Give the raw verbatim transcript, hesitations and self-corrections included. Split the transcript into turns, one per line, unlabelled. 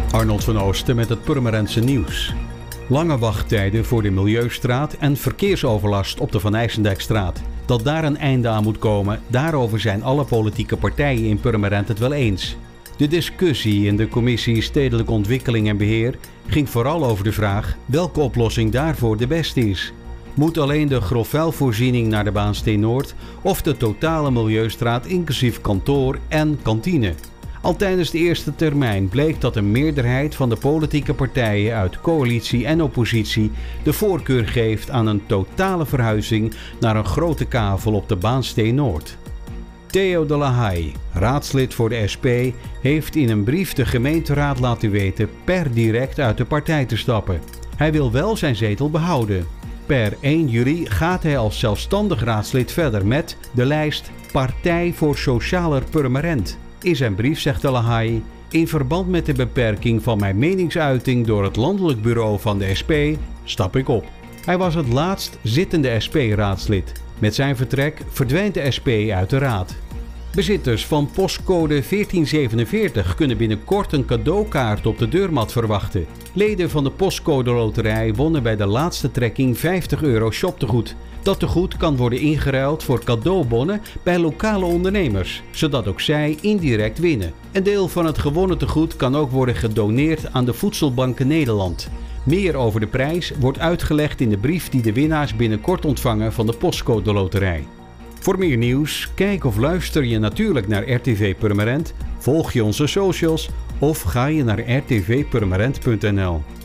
Arnold van Oosten met het Purmerendse nieuws. Lange wachttijden voor de Milieustraat en verkeersoverlast op de Van IJsendijkstraat. Dat daar een einde aan moet komen, daarover zijn alle politieke partijen in Purmerend het wel eens. De discussie in de Commissie Stedelijke Ontwikkeling en Beheer ging vooral over de vraag welke oplossing daarvoor de beste is. Moet alleen de grofvuilvoorziening naar de Baansteen Noord of de totale Milieustraat inclusief kantoor en kantine? Al tijdens de eerste termijn bleek dat een meerderheid van de politieke partijen uit coalitie en oppositie de voorkeur geeft aan een totale verhuizing naar een grote kavel op de Baansteen Noord. Theo de la Haye, raadslid voor de S P, heeft in een brief de gemeenteraad laten weten per direct uit de partij te stappen. Hij wil wel zijn zetel behouden. Per één juli gaat hij als zelfstandig raadslid verder met de lijst Partij voor Socialer Purmerend. In zijn brief zegt de la Haye: in verband met de beperking van mijn meningsuiting door het landelijk bureau van de S P stap ik op. Hij was het laatst zittende S P-raadslid. Met zijn vertrek verdwijnt de S P uit de raad. Bezitters van postcode veertien zevenenveertig kunnen binnenkort een cadeaukaart op de deurmat verwachten. Leden van de postcode loterij wonnen bij de laatste trekking vijftig euro shoptegoed. Dat tegoed kan worden ingeruild voor cadeaubonnen bij lokale ondernemers, zodat ook zij indirect winnen. Een deel van het gewonnen tegoed kan ook worden gedoneerd aan de Voedselbanken Nederland. Meer over de prijs wordt uitgelegd in de brief die de winnaars binnenkort ontvangen van de postcode loterij. Voor meer nieuws, kijk of luister je natuurlijk naar R T V Purmerend, volg je onze socials of ga je naar r t v purmerend punt n l.